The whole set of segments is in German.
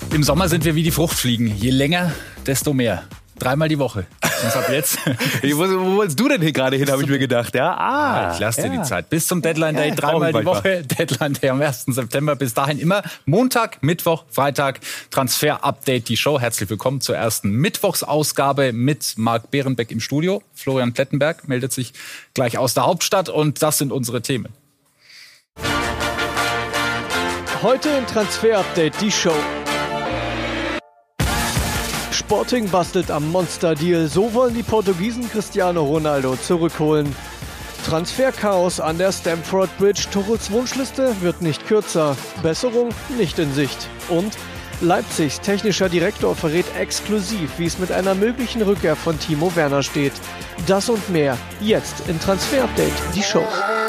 Im Sommer sind wir wie die Fruchtfliegen. Je länger, desto mehr. 3-mal die Woche. Und ab jetzt. Wo wolltest du denn hier gerade hin, habe ich mir gedacht. Ja, ich lasse dir die Zeit. Bis zum Deadline Day, 3-mal die Woche. Deadline Day am 1. September. Bis dahin immer Montag, Mittwoch, Freitag. Transfer Update, die Show. Herzlich willkommen zur ersten Mittwochsausgabe mit Marc Behrenbeck im Studio. Florian Plettenberg meldet sich gleich aus der Hauptstadt. Und das sind unsere Themen. Heute im Transfer Update, die Show. Sporting bastelt am Monster-Deal. So wollen die Portugiesen Cristiano Ronaldo zurückholen. Transferchaos an der Stamford Bridge. Tuchels Wunschliste wird nicht kürzer. Besserung nicht in Sicht. Und Leipzigs technischer Direktor verrät exklusiv, wie es mit einer möglichen Rückkehr von Timo Werner steht. Das und mehr jetzt im Transfer Update, die Show.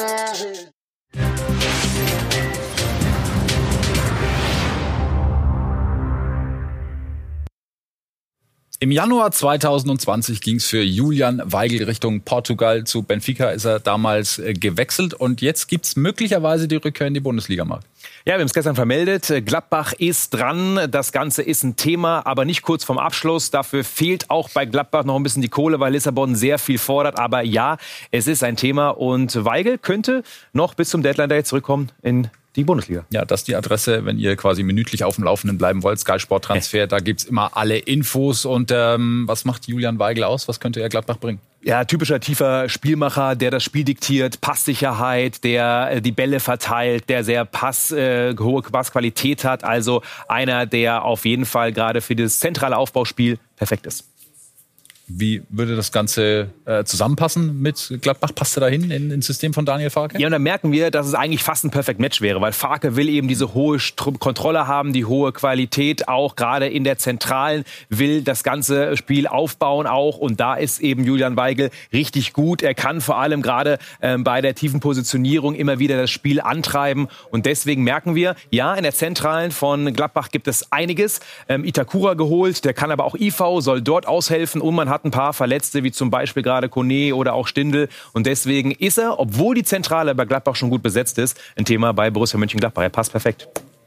Im Januar 2020 ging es für Julian Weigl Richtung Portugal. Zu Benfica ist er damals gewechselt. Und jetzt gibt es möglicherweise die Rückkehr in die Bundesliga, Marc. Ja, wir haben es gestern vermeldet. Gladbach ist dran. Das Ganze ist ein Thema, aber nicht kurz vorm Abschluss. Dafür fehlt auch bei Gladbach noch ein bisschen die Kohle, weil Lissabon sehr viel fordert. Aber ja, es ist ein Thema. Und Weigl könnte noch bis zum Deadline Day zurückkommen in die Bundesliga. Ja, das ist die Adresse, wenn ihr quasi minütlich auf dem Laufenden bleiben wollt. Sky Sport Transfer, da gibt's immer alle Infos. Und was macht Julian Weigl aus? Was könnte er Gladbach bringen? Ja, typischer tiefer Spielmacher, der das Spiel diktiert, Passsicherheit, der die Bälle verteilt, der sehr hohe Passqualität hat. Also einer, der auf jeden Fall gerade für das zentrale Aufbauspiel perfekt ist. Wie würde das Ganze zusammenpassen mit Gladbach? Passt er da hin ins System von Daniel Farke? Ja, und dann merken wir, dass es eigentlich fast ein Perfect Match wäre, weil Farke will eben diese hohe Kontrolle haben, die hohe Qualität auch, gerade in der Zentralen, will das ganze Spiel aufbauen auch. Und da ist eben Julian Weigl richtig gut. Er kann vor allem gerade bei der tiefen Positionierung immer wieder das Spiel antreiben. Und deswegen merken wir, ja, in der Zentralen von Gladbach gibt es einiges. Itakura geholt, der kann aber auch IV, soll dort aushelfen. Und man hat ein paar Verletzte, wie zum Beispiel gerade Kone oder auch Stindl. Und deswegen ist er, obwohl die Zentrale bei Gladbach schon gut besetzt ist, ein Thema bei Borussia Mönchengladbach. Er passt perfekt.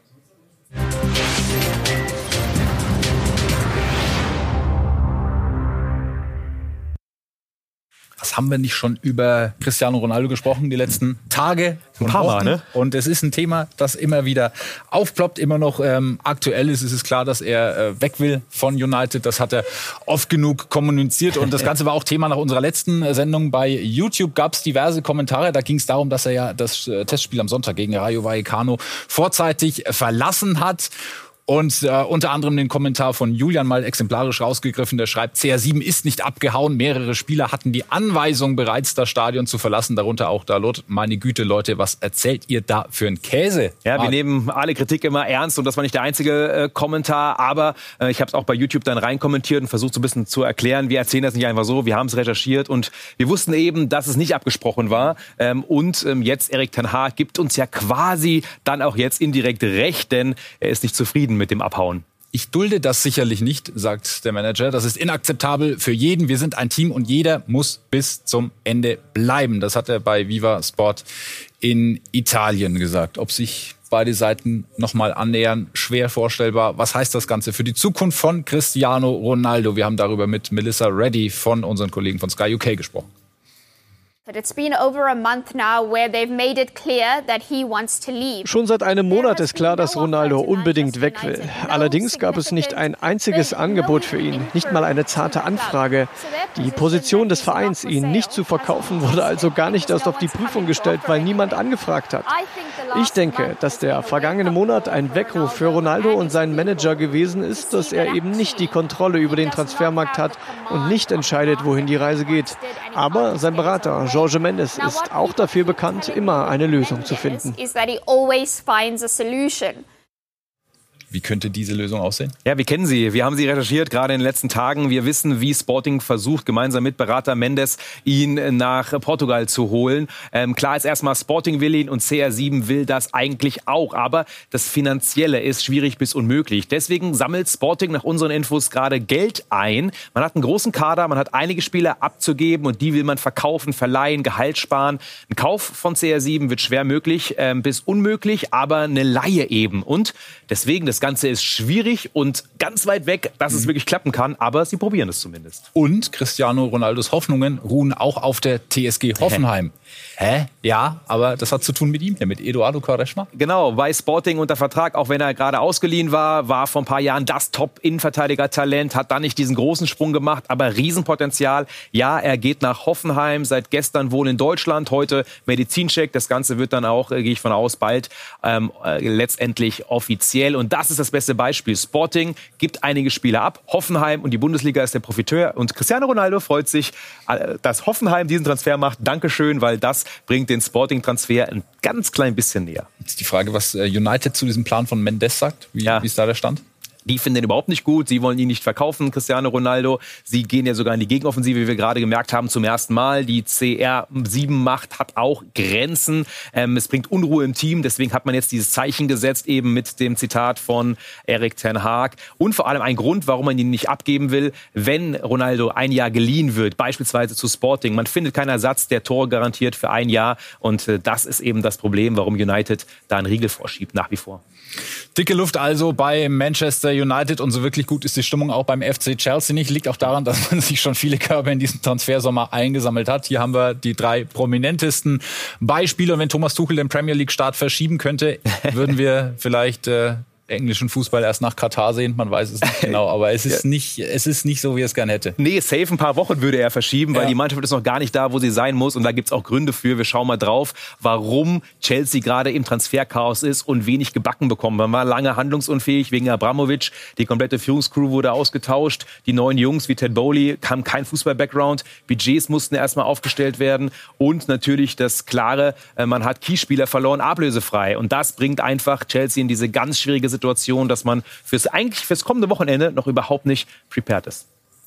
Was haben wir nicht schon über Cristiano Ronaldo gesprochen die letzten Tage? Ein paar Mal, ne? Und es ist ein Thema, das immer wieder aufploppt, immer noch aktuell ist. Es ist klar, dass er weg will von United. Das hat er oft genug kommuniziert. Und das Ganze war auch Thema nach unserer letzten Sendung. Bei YouTube gab es diverse Kommentare. Da ging es darum, dass er ja das Testspiel am Sonntag gegen Rayo Vallecano vorzeitig verlassen hat. Und unter anderem den Kommentar von Julian mal exemplarisch rausgegriffen, der schreibt, CR7 ist nicht abgehauen. Mehrere Spieler hatten die Anweisung, bereits das Stadion zu verlassen, darunter auch Dalot. Meine Güte, Leute, was erzählt ihr da für einen Käse? Ja, wir nehmen alle Kritik immer ernst und das war nicht der einzige Kommentar, aber ich habe es auch bei YouTube dann reinkommentiert und versucht so ein bisschen zu erklären. Wir erzählen das nicht einfach so, wir haben es recherchiert und wir wussten eben, dass es nicht abgesprochen war. Und jetzt Erik ten Hag gibt uns ja quasi dann auch jetzt indirekt recht, denn er ist nicht zufrieden mit dem Abhauen. Ich dulde das sicherlich nicht, sagt der Manager. Das ist inakzeptabel für jeden. Wir sind ein Team und jeder muss bis zum Ende bleiben. Das hat er bei Viva Sport in Italien gesagt. Ob sich beide Seiten nochmal annähern, schwer vorstellbar. Was heißt das Ganze für die Zukunft von Cristiano Ronaldo? Wir haben darüber mit Melissa Reddy von unseren Kollegen von Sky UK gesprochen. Schon seit einem Monat ist klar, dass Ronaldo unbedingt weg will. Allerdings gab es nicht ein einziges Angebot für ihn, nicht mal eine zarte Anfrage. Die Position des Vereins, ihn nicht zu verkaufen, wurde also gar nicht erst auf die Prüfung gestellt, weil niemand angefragt hat. Ich denke, dass der vergangene Monat ein Weckruf für Ronaldo und seinen Manager gewesen ist, dass er eben nicht die Kontrolle über den Transfermarkt hat und nicht entscheidet, wohin die Reise geht. Aber sein Berater Jorge Mendes ist auch dafür bekannt, immer eine Lösung zu finden. Wie könnte diese Lösung aussehen? Ja, wir kennen sie. Wir haben sie recherchiert, gerade in den letzten Tagen. Wir wissen, wie Sporting versucht, gemeinsam mit Berater Mendes ihn nach Portugal zu holen. Klar ist erstmal, Sporting will ihn und CR7 will das eigentlich auch. Aber das Finanzielle ist schwierig bis unmöglich. Deswegen sammelt Sporting nach unseren Infos gerade Geld ein. Man hat einen großen Kader, man hat einige Spieler abzugeben und die will man verkaufen, verleihen, Gehalt sparen. Ein Kauf von CR7 wird schwer möglich bis unmöglich, aber eine Leihe eben. Und deswegen das Ganze ist schwierig und ganz weit weg, dass es wirklich klappen kann, aber sie probieren es zumindest. Und Cristiano Ronaldos Hoffnungen ruhen auch auf der TSG Hoffenheim. Hä? Ja, aber das hat zu tun mit ihm, mit Eduardo Quaresma. Genau, bei Sporting unter Vertrag, auch wenn er gerade ausgeliehen war vor ein paar Jahren das Top-Innenverteidiger-Talent, hat dann nicht diesen großen Sprung gemacht, aber Riesenpotenzial. Ja, er geht nach Hoffenheim, seit gestern wohl in Deutschland, heute Medizincheck. Das Ganze wird dann auch, gehe ich von aus, bald letztendlich offiziell. Und das ist das beste Beispiel. Sporting gibt einige Spieler ab, Hoffenheim und die Bundesliga ist der Profiteur. Und Cristiano Ronaldo freut sich, dass Hoffenheim diesen Transfer macht. Dankeschön, weil das bringt den Sporting-Transfer ein ganz klein bisschen näher. Jetzt die Frage, was United zu diesem Plan von Mendes sagt. Wie ist da der Stand? Die finden den überhaupt nicht gut. Sie wollen ihn nicht verkaufen, Cristiano Ronaldo. Sie gehen ja sogar in die Gegenoffensive, wie wir gerade gemerkt haben, zum ersten Mal. Die CR7-Macht hat auch Grenzen. Es bringt Unruhe im Team. Deswegen hat man jetzt dieses Zeichen gesetzt, eben mit dem Zitat von Erik ten Hag. Und vor allem ein Grund, warum man ihn nicht abgeben will, wenn Ronaldo ein Jahr geliehen wird, beispielsweise zu Sporting. Man findet keinen Ersatz, der Tore garantiert für ein Jahr. Und das ist eben das Problem, warum United da einen Riegel vorschiebt, nach wie vor. Dicke Luft also bei Manchester United und so wirklich gut ist die Stimmung auch beim FC Chelsea nicht. Liegt auch daran, dass man sich schon viele Körper in diesem Transfersommer eingesammelt hat. Hier haben wir die 3 prominentesten Beispiele. Und wenn Thomas Tuchel den Premier League Start verschieben könnte, würden wir vielleicht englischen Fußball erst nach Katar sehen. Man weiß es nicht genau, aber es ist nicht so, wie er es gern hätte. Nee, safe ein paar Wochen würde er verschieben, weil die Mannschaft ist noch gar nicht da, wo sie sein muss. Und da gibt's auch Gründe für. Wir schauen mal drauf, warum Chelsea gerade im Transferchaos ist und wenig gebacken bekommen. Man war lange handlungsunfähig wegen Abramovic. Die komplette Führungscrew wurde ausgetauscht. Die neuen Jungs wie Ted Bowley haben keinen Fußball-Background. Budgets mussten erstmal aufgestellt werden. Und natürlich das Klare, man hat Keyspieler verloren, ablösefrei. Und das bringt einfach Chelsea in diese ganz schwierige Situation, dass man fürs kommende Wochenende noch überhaupt nicht prepared ist.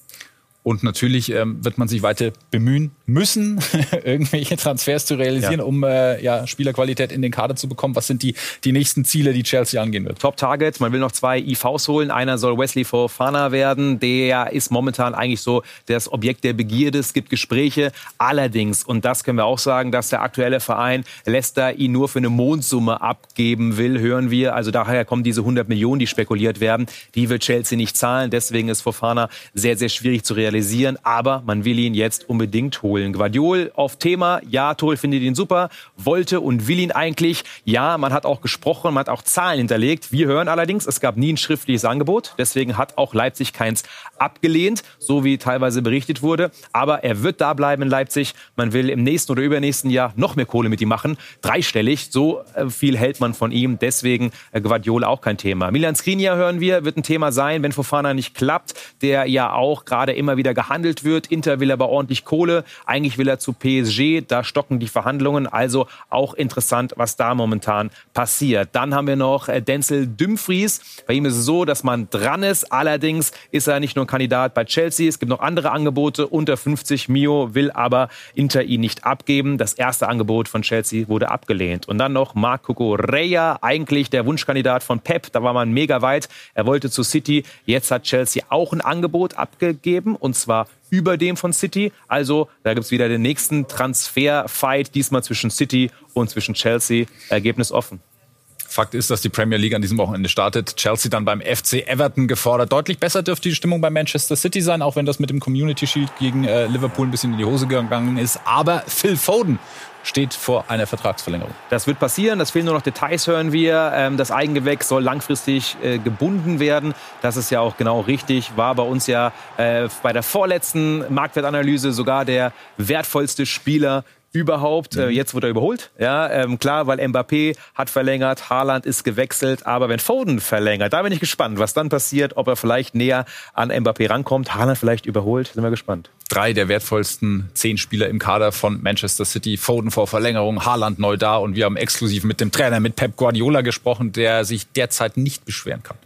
Und natürlich wird man sich weiter bemühen müssen, irgendwelche Transfers zu realisieren, um Spielerqualität in den Kader zu bekommen. Was sind die nächsten Ziele, die Chelsea angehen wird? Top-Target, man will noch 2 IVs holen. Einer soll Wesley Fofana werden. Der ist momentan eigentlich so das Objekt der Begierde. Es gibt Gespräche. Allerdings, und das können wir auch sagen, dass der aktuelle Verein Leicester ihn nur für eine Mondsumme abgeben will, hören wir. Also daher kommen diese 100 Millionen, die spekuliert werden. Die wird Chelsea nicht zahlen. Deswegen ist Fofana sehr, sehr schwierig zu realisieren. Aber man will ihn jetzt unbedingt holen. Guardiol auf Thema, ja, Tuchel findet ihn super, wollte und will ihn eigentlich. Ja, man hat auch gesprochen, man hat auch Zahlen hinterlegt. Wir hören allerdings, es gab nie ein schriftliches Angebot. Deswegen hat auch Leipzig keins abgelehnt, so wie teilweise berichtet wurde. Aber er wird da bleiben in Leipzig. Man will im nächsten oder übernächsten Jahr noch mehr Kohle mit ihm machen. 3-stellig, so viel hält man von ihm. Deswegen Guardiol auch kein Thema. Milan Skriniar hören wir, wird ein Thema sein, wenn Fofana nicht klappt, der ja auch gerade immer wieder gehandelt wird. Inter will aber ordentlich Kohle. Eigentlich will er zu PSG. Da stocken die Verhandlungen. Also auch interessant, was da momentan passiert. Dann haben wir noch Denzel Dumfries. Bei ihm ist es so, dass man dran ist. Allerdings ist er nicht nur ein Kandidat bei Chelsea. Es gibt noch andere Angebote. Unter 50 Mio will aber Inter ihn nicht abgeben. Das erste Angebot von Chelsea wurde abgelehnt. Und dann noch Marc Cucurella. Eigentlich der Wunschkandidat von Pep. Da war man mega weit. Er wollte zu City. Jetzt hat Chelsea auch ein Angebot abgegeben. Und zwar über dem von City. Also da gibt es wieder den nächsten Transfer-Fight, diesmal zwischen City und zwischen Chelsea. Ergebnis offen. Fakt ist, dass die Premier League an diesem Wochenende startet. Chelsea dann beim FC Everton gefordert. Deutlich besser dürfte die Stimmung bei Manchester City sein, auch wenn das mit dem Community Shield gegen Liverpool ein bisschen in die Hose gegangen ist. Aber Phil Foden steht vor einer Vertragsverlängerung. Das wird passieren, das fehlen nur noch Details, hören wir. Das Eigengewächs soll langfristig gebunden werden. Das ist ja auch genau richtig. War bei uns ja bei der vorletzten Marktwertanalyse sogar der wertvollste Spieler überhaupt. Jetzt wird er überholt. Ja, klar, weil Mbappé hat verlängert, Haaland ist gewechselt. Aber wenn Foden verlängert, da bin ich gespannt, was dann passiert, ob er vielleicht näher an Mbappé rankommt, Haaland vielleicht überholt. Sind wir gespannt. 3 der wertvollsten 10 Spieler im Kader von Manchester City. Foden vor Verlängerung, Haaland neu da. Und wir haben exklusiv mit dem Trainer, mit Pep Guardiola gesprochen, der sich derzeit nicht beschweren kann.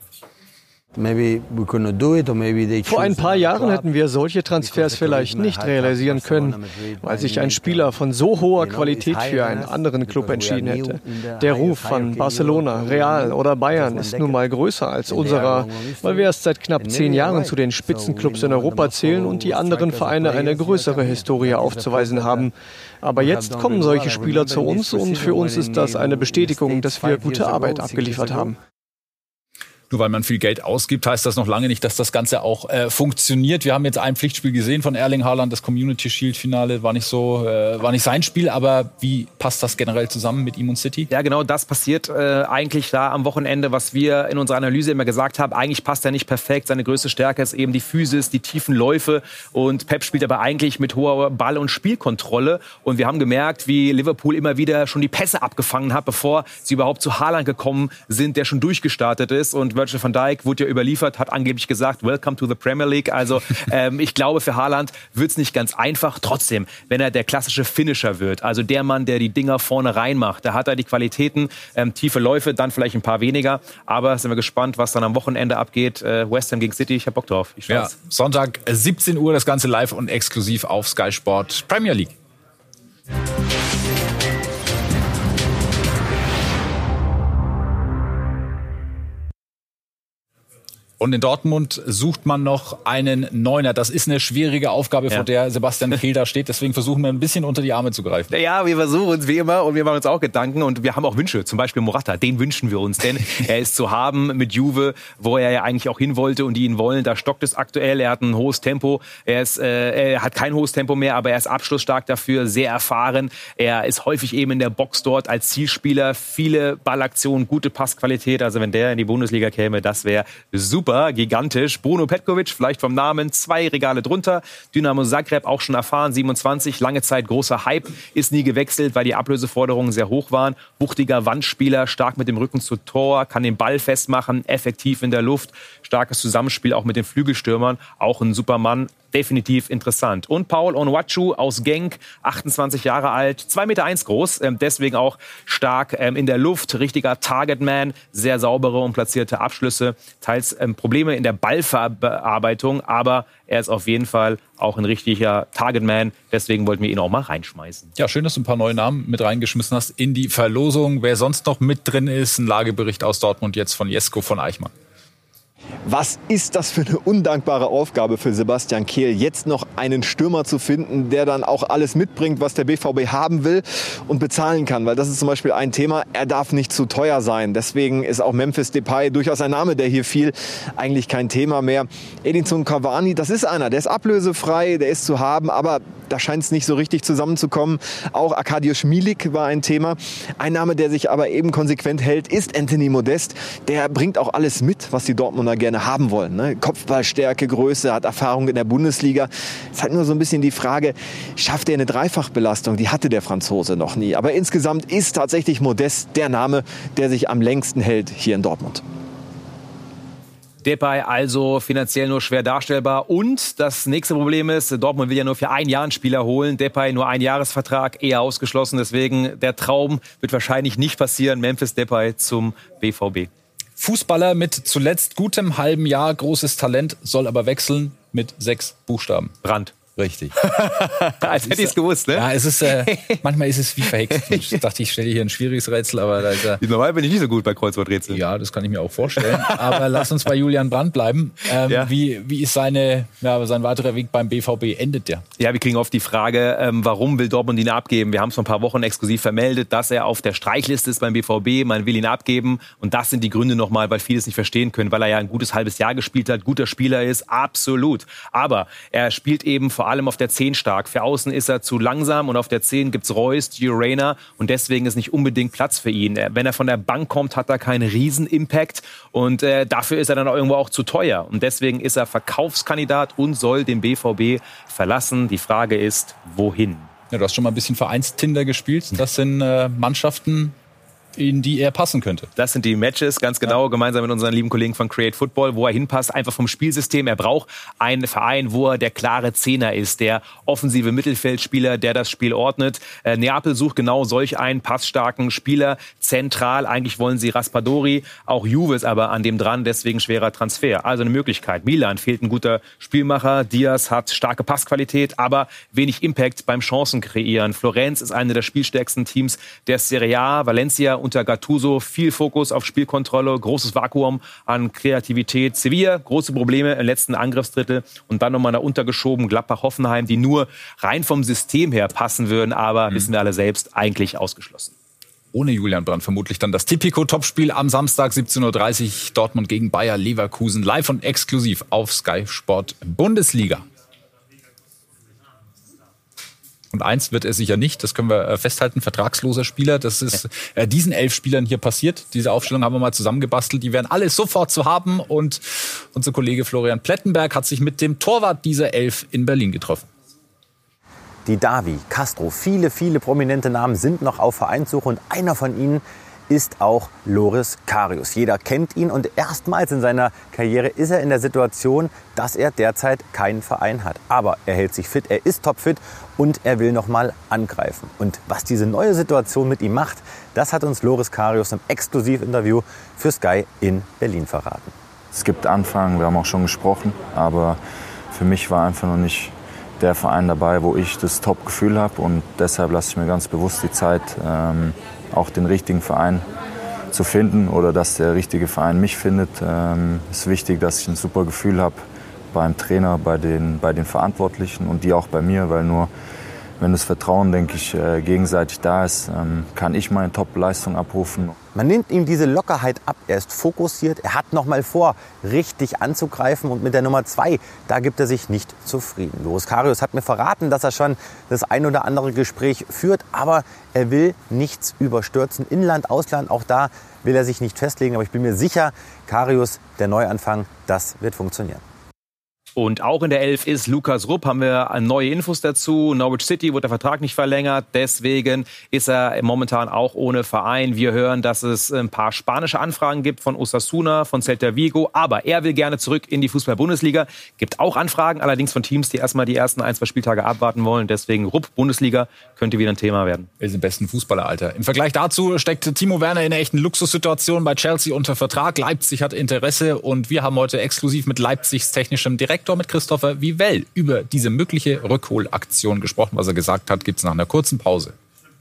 Vor ein paar Jahren hätten wir solche Transfers vielleicht nicht realisieren können, weil sich ein Spieler von so hoher Qualität für einen anderen Club entschieden hätte. Der Ruf von Barcelona, Real oder Bayern ist nun mal größer als unserer, weil wir erst seit knapp 10 Jahren zu den Spitzenclubs in Europa zählen und die anderen Vereine eine größere Historie aufzuweisen haben. Aber jetzt kommen solche Spieler zu uns und für uns ist das eine Bestätigung, dass wir gute Arbeit abgeliefert haben. Nur weil man viel Geld ausgibt, heißt das noch lange nicht, dass das Ganze auch funktioniert. Wir haben jetzt ein Pflichtspiel gesehen von Erling Haaland, das Community Shield Finale war nicht sein Spiel, aber wie passt das generell zusammen mit ihm und City? Ja, genau, das passiert eigentlich da am Wochenende, was wir in unserer Analyse immer gesagt haben. Eigentlich passt er nicht perfekt. Seine größte Stärke ist eben die Physis, die tiefen Läufe, und Pep spielt aber eigentlich mit hoher Ball- und Spielkontrolle, und wir haben gemerkt, wie Liverpool immer wieder schon die Pässe abgefangen hat, bevor sie überhaupt zu Haaland gekommen sind, der schon durchgestartet ist, und Virgil van Dijk wurde ja überliefert, hat angeblich gesagt, welcome to the Premier League. Also ich glaube, für Haaland wird es nicht ganz einfach. Trotzdem, wenn er der klassische Finisher wird, also der Mann, der die Dinger vorne reinmacht, da hat er die Qualitäten, tiefe Läufe, dann vielleicht ein paar weniger. Aber sind wir gespannt, was dann am Wochenende abgeht. West Ham gegen City, ich hab Bock drauf. Ja, Sonntag 17 Uhr, das Ganze live und exklusiv auf Sky Sport Premier League. Und in Dortmund sucht man noch einen Neuner. Das ist eine schwierige Aufgabe, vor der Sebastian Kehl da steht. Deswegen versuchen wir ein bisschen unter die Arme zu greifen. Ja, wir versuchen uns wie immer, und wir machen uns auch Gedanken, und wir haben auch Wünsche. Zum Beispiel Morata, den wünschen wir uns. Denn er ist zu haben mit Juve, wo er ja eigentlich auch hin wollte und die ihn wollen. Da stockt es aktuell. Er hat ein hohes Tempo. Er hat kein hohes Tempo mehr, aber er ist abschlussstark dafür, sehr erfahren. Er ist häufig eben in der Box dort als Zielspieler. Viele Ballaktionen, gute Passqualität. Also wenn der in die Bundesliga käme, das wäre super. Gigantisch. Bruno Petkovic, vielleicht vom Namen, 2 Regale drunter. Dynamo Zagreb, auch schon erfahren, 27, lange Zeit großer Hype, ist nie gewechselt, weil die Ablöseforderungen sehr hoch waren. Wuchtiger Wandspieler, stark mit dem Rücken zu Tor, kann den Ball festmachen, effektiv in der Luft, starkes Zusammenspiel auch mit den Flügelstürmern, auch ein Supermann. Definitiv interessant. Und Paul Onuachu aus Genk, 28 Jahre alt, 2,1 Meter groß, deswegen auch stark in der Luft, richtiger Targetman, sehr saubere und platzierte Abschlüsse, teils Probleme in der Ballverarbeitung, aber er ist auf jeden Fall auch ein richtiger Targetman, deswegen wollten wir ihn auch mal reinschmeißen. Ja, schön, dass du ein paar neue Namen mit reingeschmissen hast in die Verlosung. Wer sonst noch mit drin ist, ein Lagebericht aus Dortmund jetzt von Jesko von Eichmann. Was ist das für eine undankbare Aufgabe für Sebastian Kehl, jetzt noch einen Stürmer zu finden, der dann auch alles mitbringt, was der BVB haben will und bezahlen kann. Weil das ist zum Beispiel ein Thema, er darf nicht zu teuer sein. Deswegen ist auch Memphis Depay durchaus ein Name, der hier fiel, eigentlich kein Thema mehr. Edinson Cavani, das ist einer, der ist ablösefrei, der ist zu haben, aber da scheint es nicht so richtig zusammenzukommen. Auch Arkadiusz Milik war ein Thema. Ein Name, der sich aber eben konsequent hält, ist Anthony Modest. Der bringt auch alles mit, was die Dortmunder gerne haben wollen. Ne? Kopfballstärke, Größe, hat Erfahrung in der Bundesliga. Es ist halt nur so ein bisschen die Frage, schafft er eine Dreifachbelastung? Die hatte der Franzose noch nie. Aber insgesamt ist tatsächlich Modest der Name, der sich am längsten hält hier in Dortmund. Depay also finanziell nur schwer darstellbar. Und das nächste Problem ist, Dortmund will ja nur für ein Jahr einen Spieler holen. Depay nur ein Jahresvertrag, eher ausgeschlossen. Deswegen der Traum wird wahrscheinlich nicht passieren. Memphis Depay zum BVB. Fußballer mit zuletzt gutem halben Jahr, großes Talent, soll aber wechseln mit 6 Buchstaben. Brandt. Richtig. Als hätte ich es gewusst, ne? Ja, es ist, manchmal ist es wie verhext. Ich dachte, ich stelle hier ein schwieriges Rätsel, aber da ist er. Normal bin ich nicht so gut bei Kreuzworträtseln. Ja, das kann ich mir auch vorstellen. Aber lass uns bei Julian Brandt bleiben. Wie ist sein weiterer Weg beim BVB? Endet der? Ja, wir kriegen oft die Frage, warum will Dortmund ihn abgeben? Wir haben es vor ein paar Wochen exklusiv vermeldet, dass er auf der Streichliste ist beim BVB. Man will ihn abgeben. Und das sind die Gründe nochmal, weil viele es nicht verstehen können, weil er ja ein gutes halbes Jahr gespielt hat, guter Spieler ist, absolut. Aber er spielt eben vor allem auf der 10 stark. Für außen ist er zu langsam und auf der 10 gibt's Reus, Gio Reyna und deswegen ist nicht unbedingt Platz für ihn. Wenn er von der Bank kommt, hat er keinen Riesen-Impact und dafür ist er dann irgendwo auch zu teuer. Und deswegen ist er Verkaufskandidat und soll den BVB verlassen. Die Frage ist, wohin? Ja, du hast schon mal ein bisschen Vereinstinder gespielt. Das sind Mannschaften, in die er passen könnte. Das sind die Matches, ganz genau, gemeinsam mit unseren lieben Kollegen von Create Football, wo er hinpasst, einfach vom Spielsystem. Er braucht einen Verein, wo er der klare Zehner ist, der offensive Mittelfeldspieler, der das Spiel ordnet. Neapel sucht genau solch einen passstarken Spieler, zentral. Eigentlich wollen sie Raspadori, auch Juve ist aber an dem dran, deswegen schwerer Transfer. Also eine Möglichkeit. Milan fehlt ein guter Spielmacher, Diaz hat starke Passqualität, aber wenig Impact beim Chancen kreieren. Florenz ist eine der spielstärksten Teams der Serie A, Valencia unter Gattuso, viel Fokus auf Spielkontrolle, großes Vakuum an Kreativität. Sevilla, große Probleme im letzten Angriffsdrittel und dann nochmal da untergeschoben Gladbach-Hoffenheim, die nur rein vom System her passen würden, aber wissen wir alle selbst, eigentlich ausgeschlossen. ohne Julian Brandt vermutlich dann das Tipico-Topspiel am Samstag 17:30 Uhr Dortmund gegen Bayer Leverkusen live und exklusiv auf Sky Sport Bundesliga. Und eins wird er sicher nicht, das können wir festhalten, vertragsloser Spieler. Das ist diesen 11 Spielern hier passiert. Diese Aufstellung haben wir mal zusammengebastelt. Die wären alle sofort zu haben. Und unser Kollege Florian Plettenberg hat sich mit dem Torwart dieser 11 in Berlin getroffen. Die Davi, Castro, viele prominente Namen sind noch auf Vereinssuche. Und einer von ihnen ist auch Loris Karius. Jeder kennt ihn und erstmals in seiner Karriere ist er in der Situation, dass er derzeit keinen Verein hat. Aber er hält sich fit, er ist topfit und er will noch mal angreifen. Und was diese neue Situation mit ihm macht, das hat uns Loris Karius im Exklusivinterview für Sky in Berlin verraten. Es gibt Anfragen, wir haben auch schon gesprochen, aber für mich war einfach noch nicht der Verein dabei, wo ich das Top-Gefühl habe und deshalb lasse ich mir ganz bewusst die Zeit, auch den richtigen Verein zu finden oder dass der richtige Verein mich findet. Es ist wichtig, dass ich ein super Gefühl habe beim Trainer, bei den Verantwortlichen und die auch bei mir, weil nur wenn das Vertrauen, denke ich, gegenseitig da ist, kann ich meine Top-Leistung abrufen. Man nimmt ihm diese Lockerheit ab. Er ist fokussiert, er hat noch mal vor, richtig anzugreifen. Und mit der Nummer 2, da gibt er sich nicht zufrieden. Loris Karius hat mir verraten, dass er schon das ein oder andere Gespräch führt. Aber er will nichts überstürzen. Inland, Ausland, auch da will er sich nicht festlegen. Aber ich bin mir sicher, Karius, der Neuanfang, das wird funktionieren. Und auch in der 11 ist Lukas Rupp, haben wir neue Infos dazu. Norwich City wurde der Vertrag nicht verlängert, deswegen ist er momentan auch ohne Verein. Wir hören, dass es ein paar spanische Anfragen gibt von Osasuna, von Celta Vigo, aber er will gerne zurück in die Fußball-Bundesliga. Gibt auch Anfragen, allerdings von Teams, die erstmal die ersten 1-2 Spieltage abwarten wollen. Deswegen Rupp, Bundesliga, könnte wieder ein Thema werden. Er ist im besten Fußballeralter. Im Vergleich dazu steckt Timo Werner in einer echten Luxussituation bei Chelsea unter Vertrag. Leipzig hat Interesse und wir haben heute exklusiv mit Leipzigs technischem Direktor, mit Christopher Vivell, über diese mögliche Rückholaktion gesprochen. Was er gesagt hat, gibt es nach einer kurzen Pause.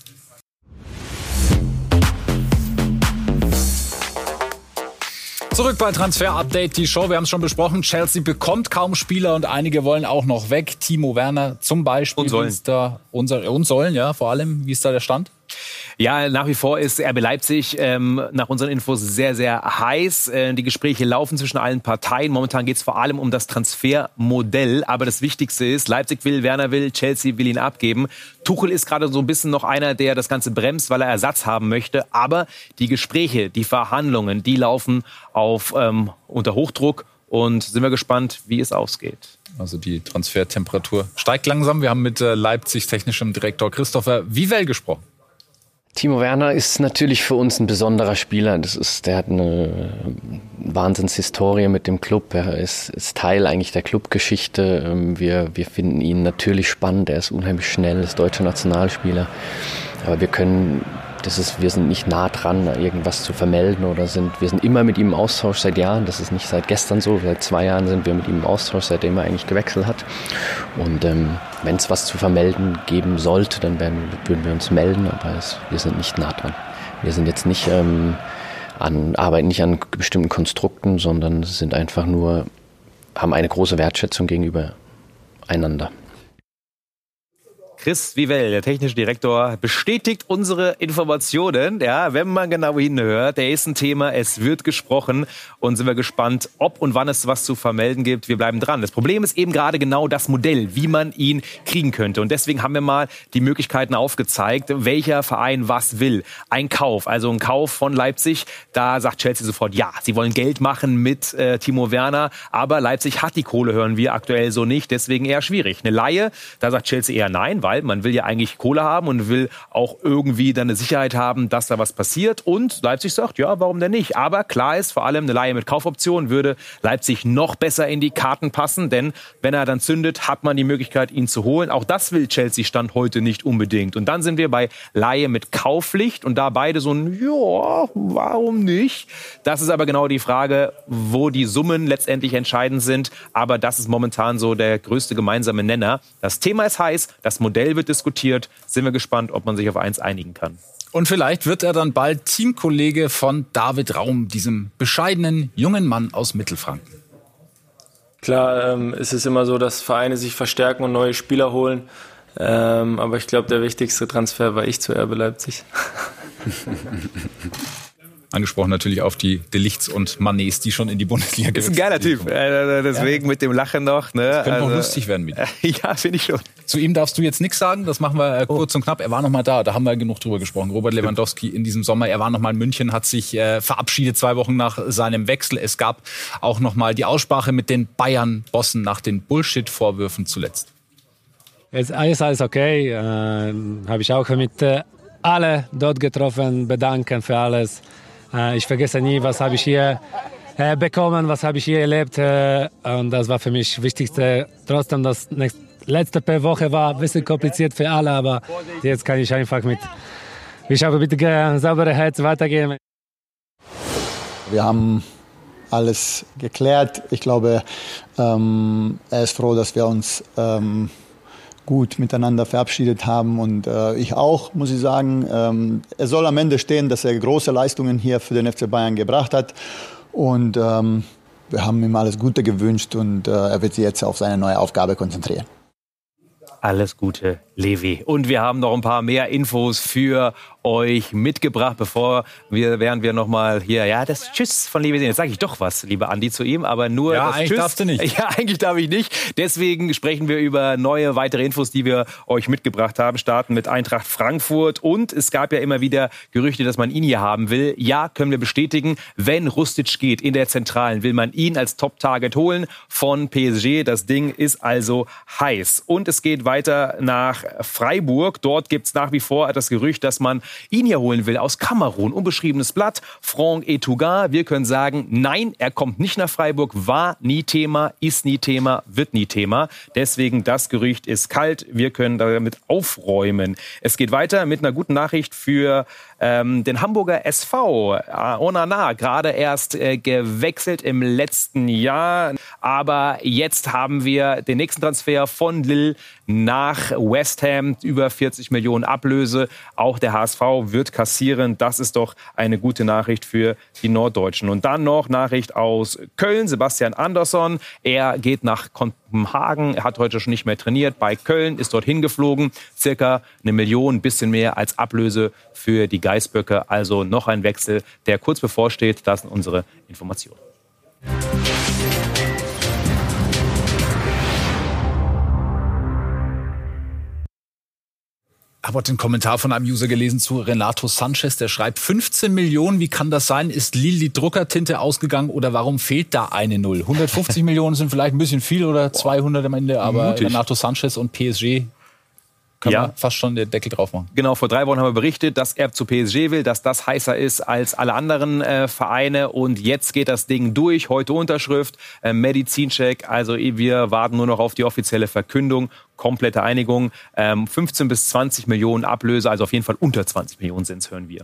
Zurück bei Transfer Update, die Show. Wir haben es schon besprochen. Chelsea bekommt kaum Spieler und einige wollen auch noch weg. Timo Werner zum Beispiel. Und sollen, ja, vor allem. Wie ist da der Stand? Ja, nach wie vor ist RB Leipzig nach unseren Infos sehr, sehr heiß. Die Gespräche laufen zwischen allen Parteien. Momentan geht es vor allem um das Transfermodell. Aber das Wichtigste ist, Leipzig will, Werner will, Chelsea will ihn abgeben. Tuchel ist gerade so ein bisschen noch einer, der das Ganze bremst, weil er Ersatz haben möchte. Aber die Gespräche, die Verhandlungen, die laufen unter Hochdruck. Und sind wir gespannt, wie es ausgeht. Also die Transfertemperatur steigt langsam. Wir haben mit Leipzigs technischem Direktor Christopher Vivell gesprochen. Timo Werner ist natürlich für uns ein besonderer Spieler. Der hat eine Wahnsinnshistorie mit dem Club. Er ist Teil eigentlich der Clubgeschichte. Wir finden ihn natürlich spannend. Er ist unheimlich schnell, ist deutscher Nationalspieler. Aber wir sind nicht nah dran, irgendwas zu vermelden wir sind immer mit ihm im Austausch seit Jahren. Das ist nicht seit gestern so. Seit 2 Jahren sind wir mit ihm im Austausch, seitdem er eigentlich gewechselt hat. Und wenn es was zu vermelden geben sollte, dann würden wir uns melden, aber wir sind nicht nah dran. Wir sind jetzt nicht arbeiten nicht an bestimmten Konstrukten, sondern sind einfach nur, haben eine große Wertschätzung gegenüber einander. Chris Vivell, der technische Direktor, bestätigt unsere Informationen. Ja, wenn man genau hinhört, der ist ein Thema, es wird gesprochen und sind wir gespannt, ob und wann es was zu vermelden gibt. Wir bleiben dran. Das Problem ist eben gerade genau das Modell, wie man ihn kriegen könnte. Und deswegen haben wir mal die Möglichkeiten aufgezeigt, welcher Verein was will. Ein Kauf, also ein Kauf von Leipzig, da sagt Chelsea sofort, ja, sie wollen Geld machen mit Timo Werner, aber Leipzig hat die Kohle, hören wir aktuell so nicht, deswegen eher schwierig. Eine Leihe, da sagt Chelsea eher nein, weil man will ja eigentlich Kohle haben und will auch irgendwie dann eine Sicherheit haben, dass da was passiert. Und Leipzig sagt, ja, warum denn nicht? Aber klar ist, vor allem eine Leihe mit Kaufoption würde Leipzig noch besser in die Karten passen, denn wenn er dann zündet, hat man die Möglichkeit, ihn zu holen. Auch das will Chelsea Stand heute nicht unbedingt. Und dann sind wir bei Leihe mit Kaufpflicht und da beide so ein, ja, warum nicht? Das ist aber genau die Frage, wo die Summen letztendlich entscheidend sind. Aber das ist momentan so der größte gemeinsame Nenner. Das Thema ist heiß, das Modell wird diskutiert. Sind wir gespannt, ob man sich auf eins einigen kann. Und vielleicht wird er dann bald Teamkollege von David Raum, diesem bescheidenen jungen Mann aus Mittelfranken. Klar, es ist immer so, dass Vereine sich verstärken und neue Spieler holen. Aber ich glaube, der wichtigste Transfer war ich zu RB Leipzig. Angesprochen natürlich auf die De Lichts und Manés, die schon in die Bundesliga gehen. Ist ein geiler Typ. Deswegen mit dem Lachen noch. Ne? Das könnte auch lustig werden mit ihm. Ja, finde ich schon. Zu ihm darfst du jetzt nichts sagen. Das machen wir kurz und knapp. Er war noch mal da. Da haben wir genug drüber gesprochen. Robert Lewandowski in diesem Sommer. Er war noch mal in München, hat sich verabschiedet 2 Wochen nach seinem Wechsel. Es gab auch noch mal die Aussprache mit den Bayern-Bossen nach den Bullshit-Vorwürfen zuletzt. Jetzt alles okay. Habe ich auch mit alle dort getroffen. Bedanken für alles. Ich vergesse nie, was habe ich hier bekommen, was habe ich hier erlebt. Und das war für mich das Wichtigste. Trotzdem, das letzte paar Wochen war ein bisschen kompliziert für alle, aber jetzt kann ich einfach mit sauberem Herz weitergehen. Wir haben alles geklärt. Ich glaube, er ist froh, dass wir uns gut miteinander verabschiedet haben und ich auch, muss ich sagen. Er soll am Ende stehen, dass er große Leistungen hier für den FC Bayern gebracht hat und wir haben ihm alles Gute gewünscht und er wird sich jetzt auf seine neue Aufgabe konzentrieren. Alles Gute, Levi. Und wir haben noch ein paar mehr Infos für euch mitgebracht, während wir nochmal hier, das Tschüss von Levi sehen. Jetzt sage ich doch was, lieber Andi, zu ihm, aber nur das eigentlich Tschüss. Darfst du nicht. Ja, eigentlich darf ich nicht. Deswegen sprechen wir über neue, weitere Infos, die wir euch mitgebracht haben. Starten mit Eintracht Frankfurt. Und es gab ja immer wieder Gerüchte, dass man ihn hier haben will. Ja, können wir bestätigen. Wenn Rustic geht in der Zentralen, will man ihn als Top-Target holen von PSG. Das Ding ist also heiß. Und es geht weiter nach Freiburg. Dort gibt es nach wie vor das Gerücht, dass man ihn hier holen will aus Kamerun. Unbeschriebenes Blatt. Franck Etouga. Wir können sagen, nein, er kommt nicht nach Freiburg. War nie Thema, ist nie Thema, wird nie Thema. Deswegen, das Gerücht ist kalt. Wir können damit aufräumen. Es geht weiter mit einer guten Nachricht für den Hamburger SV. Onana, gerade erst gewechselt im letzten Jahr. Aber jetzt haben wir den nächsten Transfer von Lille nach West Ham. Über 40 Millionen Ablöse. Auch der HSV wird kassieren. Das ist doch eine gute Nachricht für die Norddeutschen. Und dann noch Nachricht aus Köln. Sebastian Andersson. Er geht nach Kopenhagen. Er hat heute schon nicht mehr trainiert bei Köln. Ist dorthin geflogen. Circa 1 Million, bisschen mehr als Ablöse für die Geißböcke. Also noch ein Wechsel, der kurz bevorsteht. Das sind unsere Informationen. Ich habe den Kommentar von einem User gelesen zu Renato Sanchez, der schreibt, 15 Millionen, wie kann das sein? Ist Lille die Druckertinte ausgegangen oder warum fehlt da eine Null? 150 Millionen sind vielleicht ein bisschen viel oder 200 am Ende, aber mutig. Renato Sanchez und PSG können wir fast schon den Deckel drauf machen. Genau, vor 3 Wochen haben wir berichtet, dass er zu PSG will, dass das heißer ist als alle anderen Vereine. Und jetzt geht das Ding durch. Heute Unterschrift, Medizincheck. Also wir warten nur noch auf die offizielle Verkündung. Komplette Einigung. 15 bis 20 Millionen Ablöse, also auf jeden Fall unter 20 Millionen sind es, hören wir.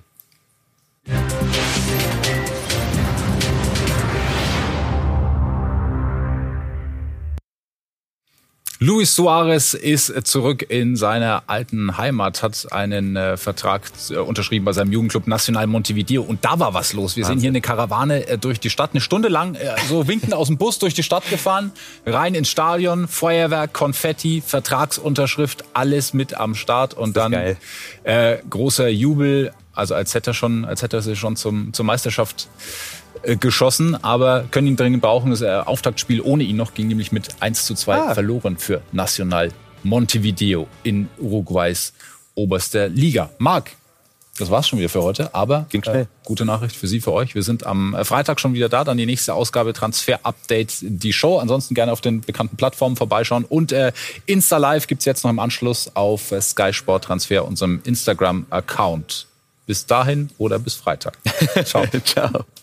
Luis Suarez ist zurück in seiner alten Heimat, hat einen Vertrag unterschrieben bei seinem Jugendclub Nacional Montevideo. Und da war was los. Wir sind hier eine Karawane durch die Stadt, 1 Stunde lang so winkend aus dem Bus durch die Stadt gefahren, rein ins Stadion, Feuerwerk, Konfetti, Vertragsunterschrift, alles mit am Start. Und dann großer Jubel, also als hätte er sie schon zur Meisterschaft geschossen, aber können ihn dringend brauchen. Das Auftaktspiel ohne ihn noch ging nämlich mit 1:2 verloren für Nacional Montevideo in Uruguays oberster Liga. Marc, das war's schon wieder für heute, aber ging schnell. Gute Nachricht für Sie, für euch. Wir sind am Freitag schon wieder da, dann die nächste Ausgabe Transfer Update, die Show. Ansonsten gerne auf den bekannten Plattformen vorbeischauen. Und Insta Live gibt's jetzt noch im Anschluss auf Sky Sport Transfer, unserem Instagram-Account. Bis dahin oder bis Freitag. Ciao. Ciao.